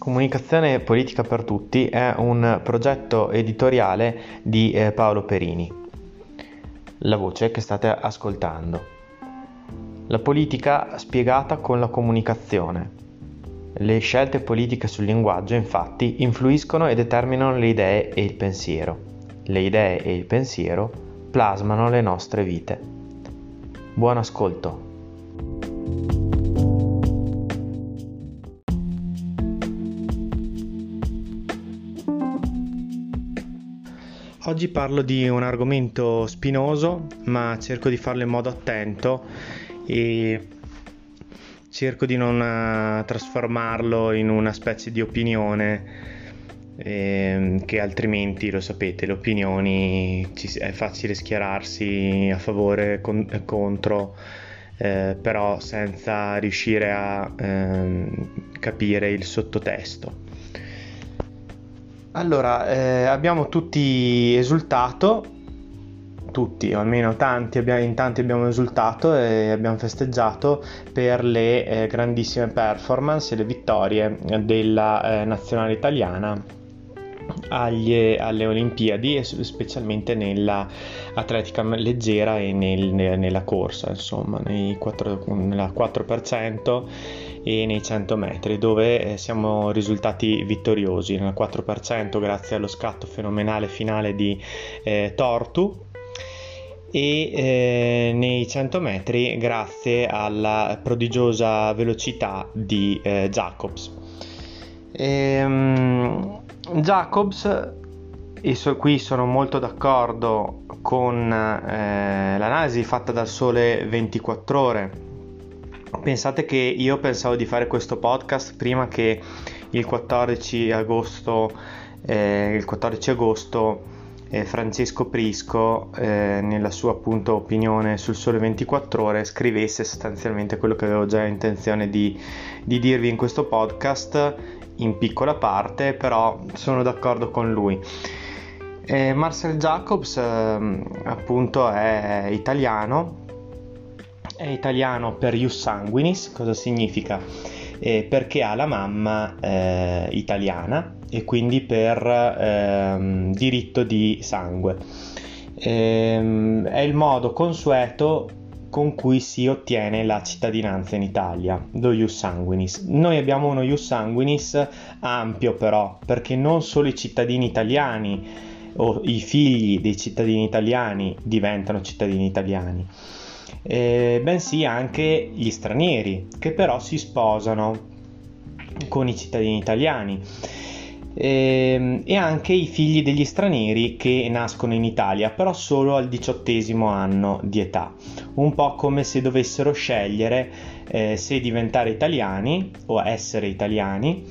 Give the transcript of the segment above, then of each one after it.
Comunicazione politica per tutti è un progetto editoriale di Paolo Perini. La voce che state ascoltando. La politica spiegata con la comunicazione. Le scelte politiche sul linguaggio, infatti, influiscono e determinano le idee e il pensiero. Le idee e il pensiero plasmano le nostre vite. Buon ascolto. Oggi parlo di un argomento spinoso, ma cerco di farlo in modo attento e cerco di non trasformarlo in una specie di opinione che altrimenti, lo sapete, le opinioni è facile schierarsi a favore e contro, però senza riuscire a capire il sottotesto. Allora, abbiamo tutti esultato, tutti, o almeno in tanti abbiamo esultato e abbiamo festeggiato per le grandissime performance e le vittorie della nazionale italiana alle Olimpiadi, e specialmente nella atletica leggera e nella corsa, insomma, nella 4% e nei 100 metri, dove siamo risultati vittoriosi. Nel 4% grazie allo scatto fenomenale finale di Tortu, e nei 100 metri grazie alla prodigiosa velocità di Jacobs. Jacobs, qui sono molto d'accordo con l'analisi fatta dal Sole 24 Ore. Pensate che io pensavo di fare questo podcast prima che il 14 agosto Francesco Prisco, nella sua appunto opinione sul Sole 24 Ore, scrivesse sostanzialmente quello che avevo già intenzione di dirvi in questo podcast, in piccola parte, però sono d'accordo con lui. Marcel Jacobs appunto è italiano per ius sanguinis. Cosa significa? Perché ha la mamma italiana e quindi per diritto di sangue. È il modo consueto con cui si ottiene la cittadinanza in Italia, lo ius sanguinis. Noi abbiamo uno ius sanguinis ampio, però, perché non solo i cittadini italiani o i figli dei cittadini italiani diventano cittadini italiani, bensì anche gli stranieri, che però si sposano con i cittadini italiani, e anche i figli degli stranieri che nascono in Italia, però solo al 18° anno di età, un po' come se dovessero scegliere se diventare italiani o essere italiani,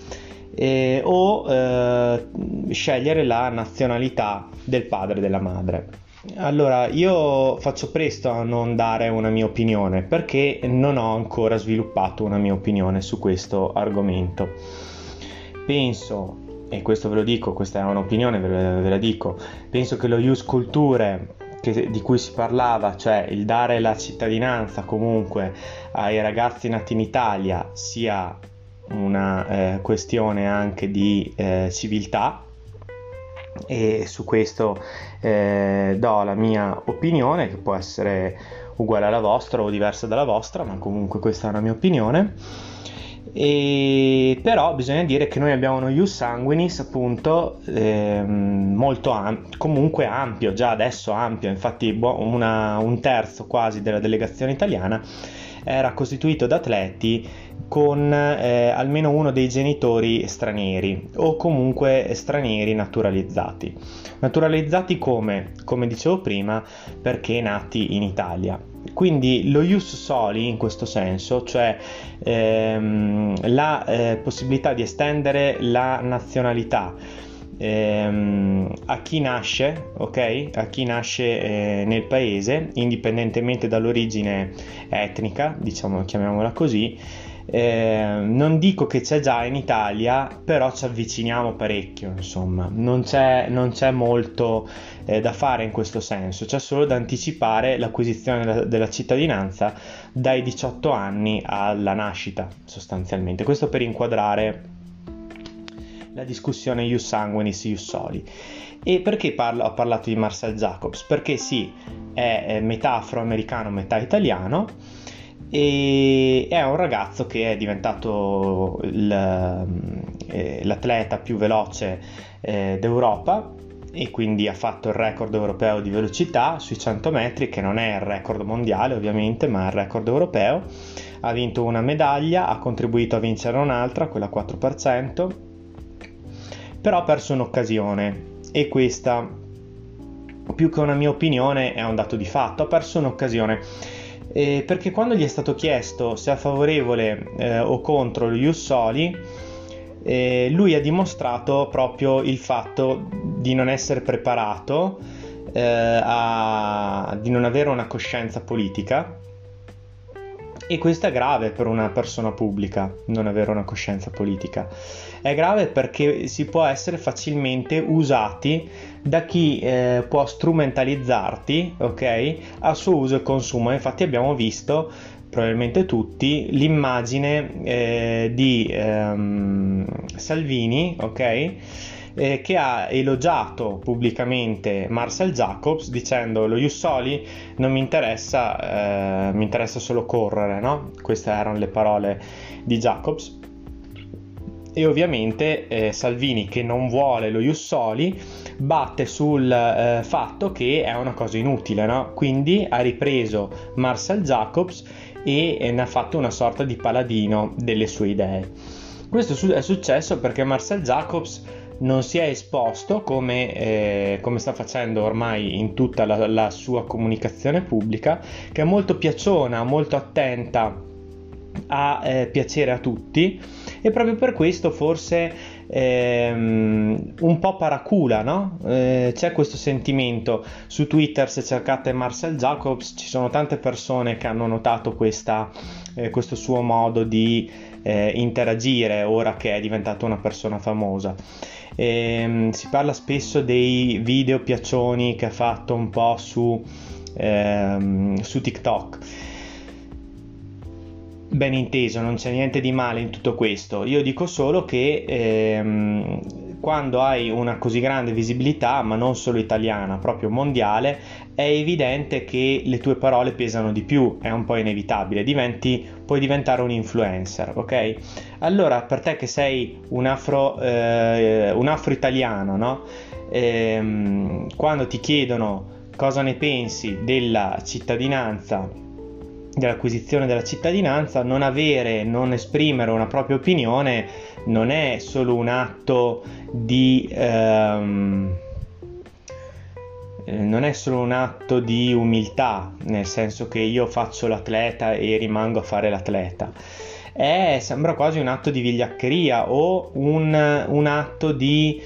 o scegliere la nazionalità del padre e della madre. Allora, io faccio presto a non dare una mia opinione, perché non ho ancora sviluppato una mia opinione su questo argomento. Penso, e questo ve lo dico, questa è un'opinione, ve la dico, penso che lo ius culturae di cui si parlava, cioè il dare la cittadinanza comunque ai ragazzi nati in Italia, sia una questione anche di civiltà, e su questo do la mia opinione, che può essere uguale alla vostra o diversa dalla vostra, ma comunque questa è una mia opinione. Però bisogna dire che noi abbiamo uno ius sanguinis appunto molto comunque ampio, già adesso ampio. Infatti un terzo quasi della delegazione italiana era costituito da atleti con almeno uno dei genitori stranieri, o comunque stranieri naturalizzati. Naturalizzati come dicevo prima, perché nati in Italia. Quindi lo ius soli, in questo senso, cioè la possibilità di estendere la nazionalità a chi nasce, ok? A chi nasce nel paese, indipendentemente dall'origine etnica, diciamo, chiamiamola così. Non dico che c'è già in Italia, però ci avviciniamo parecchio, insomma, non c'è molto da fare in questo senso, c'è solo da anticipare l'acquisizione della cittadinanza dai 18 anni alla nascita, sostanzialmente. Questo per inquadrare la discussione ius sanguinis, ius soli. E perché ho parlato di Marcel Jacobs? Perché sì, è metà afroamericano, metà italiano, e è un ragazzo che è diventato l'atleta più veloce d'Europa, e quindi ha fatto il record europeo di velocità sui 100 metri, che non è il record mondiale ovviamente, ma è il record europeo. Ha vinto una medaglia, ha contribuito a vincere un'altra, quella 4%, però ha perso un'occasione, e questa, più che una mia opinione, è un dato di fatto. Ha perso un'occasione perché quando gli è stato chiesto se è favorevole o contro lo ius soli, lui ha dimostrato proprio il fatto di non essere preparato, di non avere una coscienza politica, e questo è grave per una persona pubblica, non avere una coscienza politica. È grave perché si può essere facilmente usati da chi può strumentalizzarti, ok, a suo uso e consumo. Infatti abbiamo visto, probabilmente tutti, l'immagine di Salvini, ok, che ha elogiato pubblicamente Marcel Jacobs dicendo: lo ius soli non mi interessa, mi interessa solo correre, no? Queste erano le parole di Jacobs. E ovviamente Salvini, che non vuole lo ius soli, batte sul fatto che è una cosa inutile, no? Quindi ha ripreso Marcel Jacobs e ne ha fatto una sorta di paladino delle sue idee. Questo è successo perché Marcel Jacobs non si è esposto come sta facendo ormai in tutta la sua comunicazione pubblica, che è molto piaciona, molto attenta a piacere a tutti, e proprio per questo forse un po' paracula, no? C'è questo sentimento su Twitter. Se cercate Marcel Jacobs ci sono tante persone che hanno notato questo suo modo di interagire ora che è diventato una persona famosa. Si parla spesso dei video piaccioni che ha fatto un po' su TikTok. Ben inteso, non c'è niente di male in tutto questo. Io dico solo che quando hai una così grande visibilità, ma non solo italiana, proprio mondiale, è evidente che le tue parole pesano di più, è un po' inevitabile, puoi diventare un influencer, ok? Allora, per te che sei un afro-italiano, no? Quando ti chiedono cosa ne pensi della cittadinanza, dell'acquisizione della cittadinanza, non esprimere una propria opinione non è solo un atto di umiltà, nel senso che io faccio l'atleta e rimango a fare l'atleta. Sembra quasi un atto di vigliaccheria o un atto di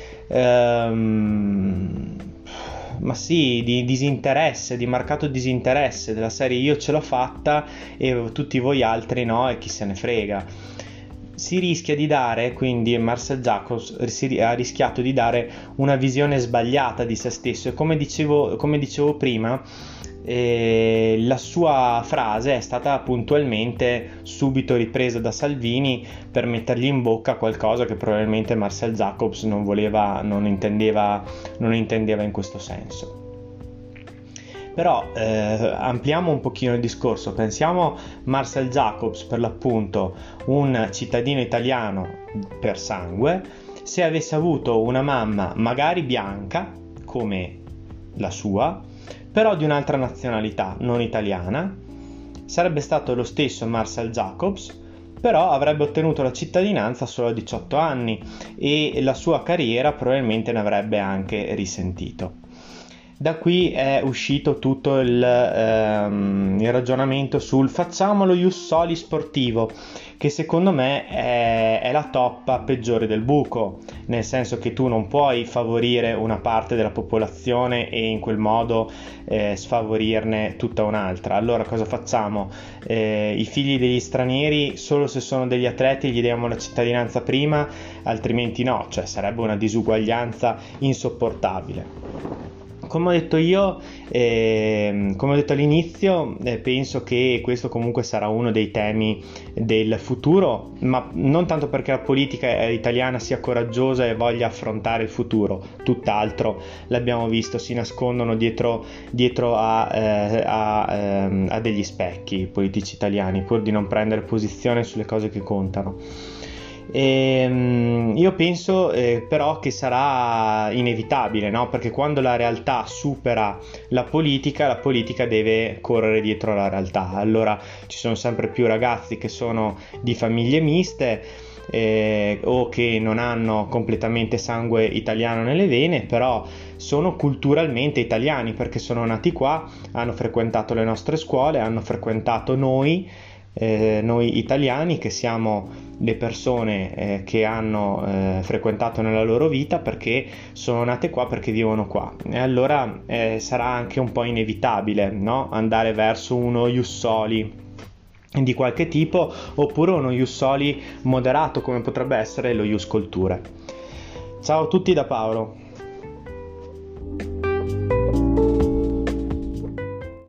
di disinteresse, di marcato disinteresse, della serie io ce l'ho fatta e tutti voi altri no, e chi se ne frega. Si rischia di dare, quindi Marcel Jacobs ha rischiato di dare una visione sbagliata di se stesso, e come dicevo prima, la sua frase è stata puntualmente subito ripresa da Salvini per mettergli in bocca qualcosa che probabilmente Marcel Jacobs non intendeva in questo senso. Però ampliamo un pochino il discorso, pensiamo Marcel Jacobs, per l'appunto un cittadino italiano per sangue, se avesse avuto una mamma magari bianca come la sua, però di un'altra nazionalità, non italiana, sarebbe stato lo stesso Marcel Jacobs, però avrebbe ottenuto la cittadinanza solo a 18 anni e la sua carriera probabilmente ne avrebbe anche risentito. Da qui è uscito tutto il ragionamento sul facciamo lo ius soli sportivo, che secondo me è la toppa peggiore del buco, nel senso che tu non puoi favorire una parte della popolazione e in quel modo sfavorirne tutta un'altra. Allora cosa facciamo? I figli degli stranieri solo se sono degli atleti gli diamo la cittadinanza prima, altrimenti no, cioè sarebbe una disuguaglianza insopportabile. Come ho detto io, come ho detto all'inizio, penso che questo comunque sarà uno dei temi del futuro, ma non tanto perché la politica italiana sia coraggiosa e voglia affrontare il futuro, tutt'altro. L'abbiamo visto, si nascondono dietro a degli specchi i politici italiani, pur di non prendere posizione sulle cose che contano. Io penso però che sarà inevitabile, no? Perché quando la realtà supera la politica deve correre dietro alla realtà. Allora ci sono sempre più ragazzi che sono di famiglie miste, o che non hanno completamente sangue italiano nelle vene, però sono culturalmente italiani perché sono nati qua, hanno frequentato le nostre scuole, hanno frequentato noi italiani, che siamo le persone che hanno frequentato nella loro vita perché sono nate qua, perché vivono qua. E allora sarà anche un po' inevitabile, no? Andare verso uno ius soli di qualche tipo, oppure uno ius soli moderato come potrebbe essere lo ius culturae. Ciao a tutti da Paolo.